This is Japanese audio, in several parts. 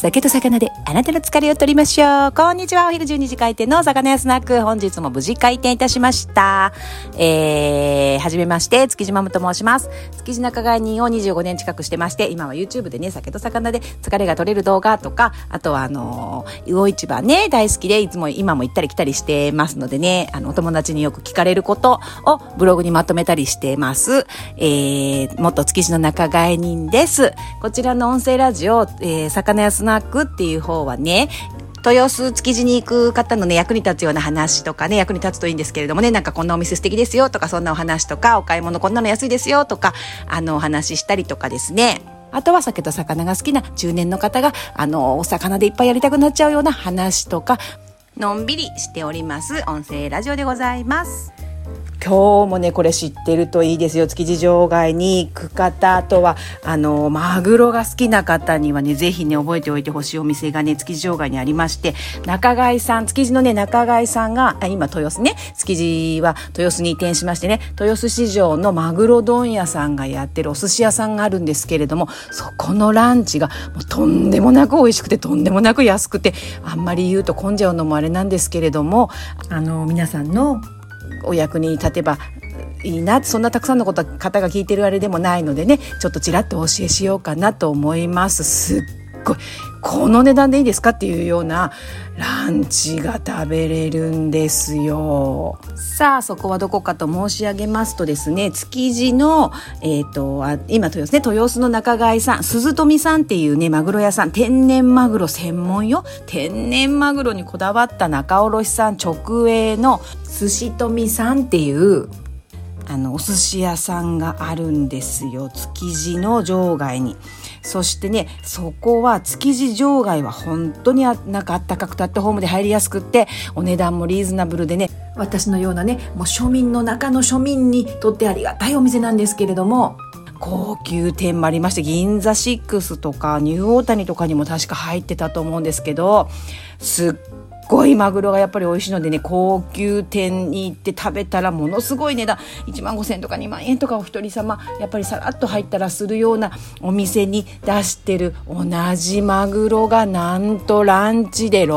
酒と魚であなたの疲れを取りましょう。こんにちは。お昼12時開店の魚屋スナック。本日も無事開店いたしました。はじめまして、築地マムと申します。築地仲買人を25年近くしてまして、今は YouTube でね、酒と魚で疲れが取れる動画とか、あとは魚市場ね、大好きで、いつも今も行ったり来たりしてますのでね、お友達によく聞かれることをブログにまとめたりしてます。元築地の仲買人です。こちらの音声ラジオ、魚屋スナックっていう方はね、豊洲築地に行く方のね、役に立つような話とかね、役に立つといいんですけれどもね、なんかこんなお店素敵ですよとか、そんなお話とか、お買い物こんなの安いですよとか、お話ししたりとかですね。あとは酒と魚が好きな中年の方が、お魚でいっぱいやりたくなっちゃうような話とか、のんびりしております音声ラジオでございます。今日もね、これ知ってるといいですよ。築地場外に行く方、あとはマグロが好きな方にはね、ぜひね覚えておいてほしいお店がね、築地場外にありまして、仲買さん、築地のね仲買さんが今豊洲ね、築地は豊洲に移転しましてね、豊洲市場のマグロ問屋さんがやってるお寿司屋さんがあるんですけれども、そこのランチがもうとんでもなく美味しくて、とんでもなく安くて、あんまり言うと混んじゃうのもあれなんですけれども、皆さんのお役に立てばいいな。そんなたくさんの方が聞いてるあれでもないのでね、ちょっとちらっとお教えしようかなと思います。すっごいこの値段でいいですかっていうようなランチが食べれるんですよ。さあ、そこはどこかと申し上げますとですね、築地の、今豊洲ね、豊洲の仲買さん、鈴富さんっていうね、マグロ屋さん、天然マグロ専門よ。天然マグロにこだわった仲卸さん直営の寿司富さんっていうお寿司屋さんがあるんですよ、築地の場外に。そしてね、そこは築地場外は本当になんかあったかくてアットホームで入りやすくって、お値段もリーズナブルでね、私のようなね、もう庶民の中の庶民にとってありがたいお店なんですけれども、高級店もありまして、銀座6とかニューオータニとかにも確か入ってたと思うんですけど、すっごいマグロがやっぱり美味しいのでね、高級店に行って食べたらものすごい値段、1万5,000円とか2万円とかお一人様やっぱりさらっと入ったらするようなお店に出してる同じマグロがなんとランチで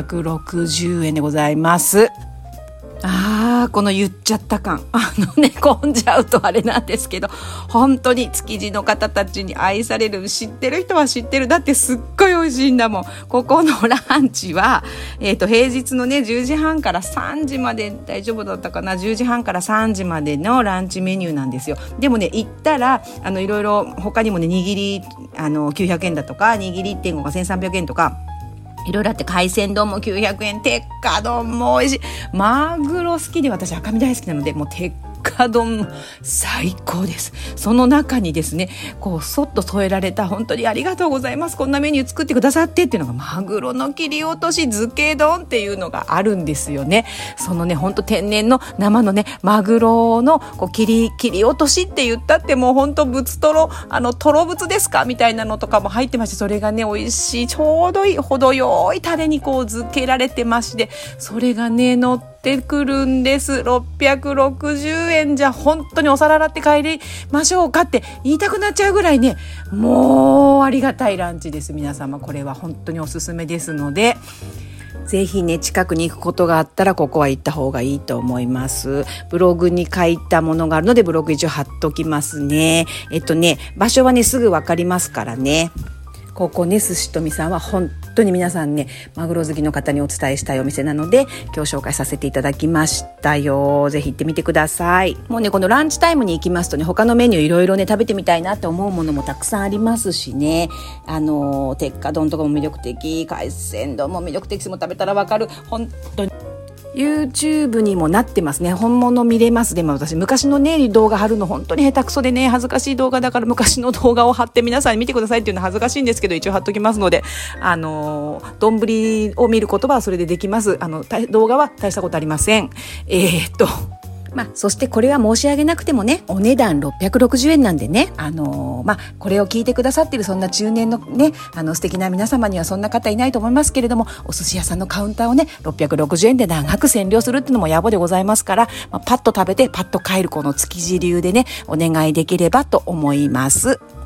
660円でございます。この言っちゃった感混んじゃうとあれなんですけど、本当に築地の方たちに愛される、知ってる人は知ってる。だってすっごい美味しいんだもん。ここのランチは平日のね10時半から3時まで、大丈夫だったかな、10時半から3時までのランチメニューなんですよ。でもね、行ったらいろいろ他にもね、握り900円だとか、握り 1.5 が1300円とかいろいろあって、海鮮丼も900円、鉄火丼も美味しい。マグロ好きで、私赤身大好きなので、もう鉄火丼も最高です。その中にですね、こうそっと添えられた、本当にありがとうございます、こんなメニュー作ってくださってっていうのが、マグロの切り落とし漬け丼っていうのがあるんですよね。そのね、本当天然の生のねマグロのこう切り落としって言ったって、もう本当ぶつとろ、とろぶつですかみたいなのとかも入ってまして、それがね美味しい、ちょうどいい程よいタレにこう漬けられてまして、それがね乗ってくるんです。660円じゃ本当にお皿洗って帰りましょうかって言いたくなっちゃうぐらいね、もうありがたいランチです。皆様、これは本当におすすめですので、ぜひね近くに行くことがあったらここは行った方がいいと思います。ブログに書いたものがあるので、ブログ一応貼っときますね。場所はねすぐわかりますからね。ここね、寿司富さんは本当に皆さんね、マグロ好きの方にお伝えしたいお店なので、今日紹介させていただきましたよ。ぜひ行ってみてください。もうね、このランチタイムに行きますとね、他のメニューいろいろね食べてみたいなって思うものもたくさんありますしね、鉄火丼とかも魅力的、海鮮丼も魅力的、も食べたらわかる。本当にYouTube にもなってますね。本物見れます。でも私昔のね動画貼るの本当に下手くそでね、恥ずかしい動画だから、昔の動画を貼って皆さんに見てくださいっていうのは恥ずかしいんですけど、一応貼っときますので、丼を見ることはそれでできます。動画は大したことありません。そしてこれは申し上げなくてもね、お値段660円なんでね、これを聞いてくださっているそんな中年のね、素敵な皆様にはそんな方いないと思いますけれども、お寿司屋さんのカウンターをね、660円で長く占領するっていうのも野暮でございますから、パッと食べてパッと帰る、この築地流でね、お願いできればと思います。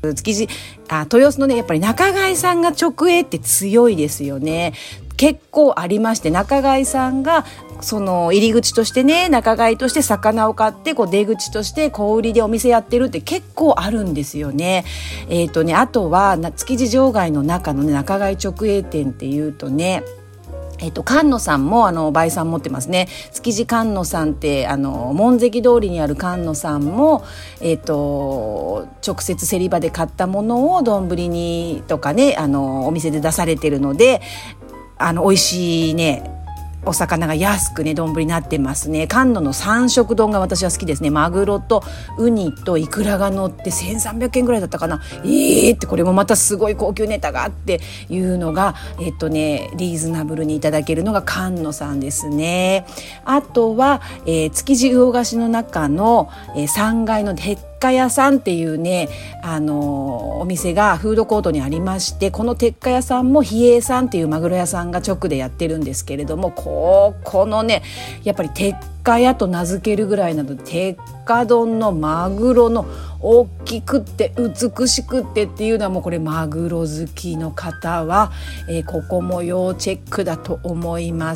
豊洲のね、やっぱり仲買さんが直営って強いですよね。結構ありまして、仲買さんがその入り口としてね、仲買として魚を買って出口として小売りでお店やってるって結構あるんですよね。あとは築地場外の中のね、仲買直営店っていうとね、菅野さんも売さん持ってますね。築地菅野さんって門跡通りにある菅野さんも、直接競り場で買ったものを丼にとかね、お店で出されてるので、美味しいねお魚が安くね丼になってますね。菅野の三色丼が私は好きですね。マグロとウニとイクラが乗って1300円ぐらいだったかな。ってこれもまたすごい高級ネタがっていうのがリーズナブルにいただけるのが菅野さんですね。あとは、築地魚河岸の中の、3階の鉄火屋さんっていうねお店がフードコートにありまして、この鉄火屋さんも比叡さんっていうマグロ屋さんが直でやってるんですけれども、このねやっぱり鉄火屋と名付けるぐらいなので、鉄火丼のマグロの大きくって美しくってっていうのはもうこれマグロ好きの方は、ここも要チェックだと思います。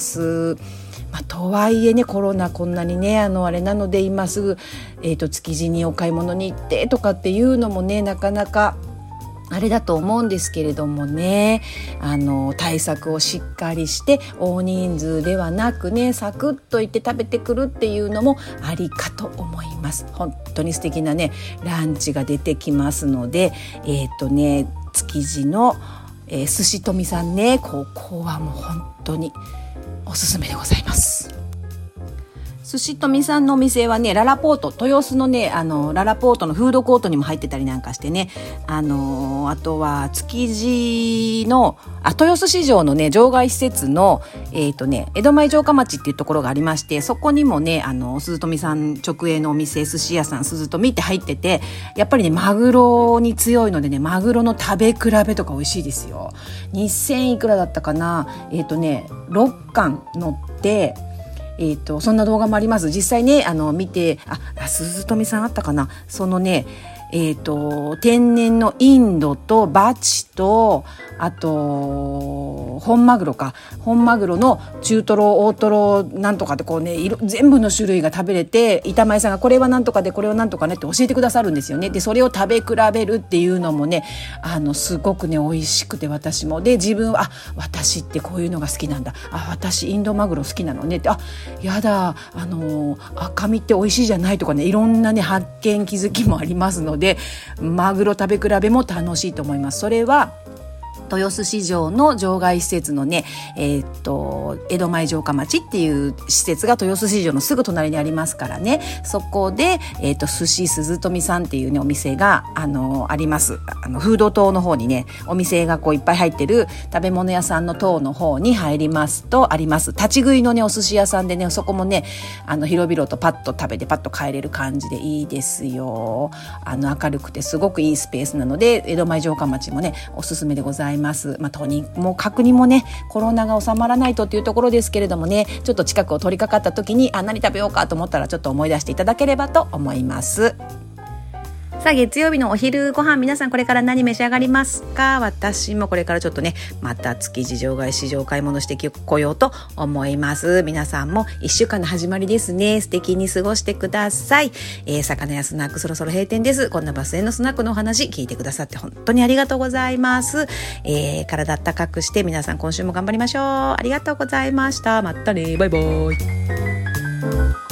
とはいえね、コロナこんなにねあれなので今すぐ、築地にお買い物に行ってとかっていうのもねなかなかあれだと思うんですけれどもね、対策をしっかりして大人数ではなくねサクッと行って食べてくるっていうのもありかと思います。本当に素敵なねランチが出てきますので、築地の、寿司富さんね、ここはもう本当におすすめでございます。寿司富さんのお店はね、ララポート、豊洲のね、ララポートのフードコートにも入ってたりなんかしてね、あとは築地の豊洲市場のね場外施設の江戸前城下町っていうところがありまして、そこにもね鈴富さん直営のお店、寿司屋さん鈴富って入ってて、やっぱりねマグロに強いのでね、マグロの食べ比べとか美味しいですよ。2000いくらだったかな、6貫乗ってそんな動画もあります。実際ね見て、鈴富さんあったかな、そのね天然のインドとバチとあと本マグロの中トロ大トロなんとかって全部の種類が食べれて、板前さんがこれはなんとかでこれはなんとかねって教えてくださるんですよね。でそれを食べ比べるっていうのもねすごくね美味しくて、私もで自分は私ってこういうのが好きなんだ、私インドマグロ好きなのねって、やだ赤身って美味しいじゃないとかね、いろんなね発見気づきもありますので、マグロ食べ比べも楽しいと思います。それは豊洲市場の場外施設のね、江戸前城下町っていう施設が豊洲市場のすぐ隣にありますからね、そこで、寿司鈴富さんっていうねお店があります。フード棟の方にねお店がいっぱい入ってる食べ物屋さんの棟の方に入りますとあります。立ち食いのねお寿司屋さんでね、そこもね広々とパッと食べてパッと帰れる感じでいいですよ。明るくてすごくいいスペースなので、江戸前城下町もねおすすめでございます。とにもかくにもねコロナが収まらないとっていうところですけれどもね、ちょっと近くを通りかかった時に何食べようかと思ったらちょっと思い出していただければと思います。さあ月曜日のお昼ご飯、皆さんこれから何召し上がりますか？私もこれからちょっとねまた築地場外市場買い物してこようと思います。皆さんも1週間の始まりですね。素敵に過ごしてください。魚屋スナックそろそろ閉店です。こんなバスへのスナックのお話聞いてくださって本当にありがとうございます。体あったかくして皆さん今週も頑張りましょう。ありがとうございました。またね、バイバイ。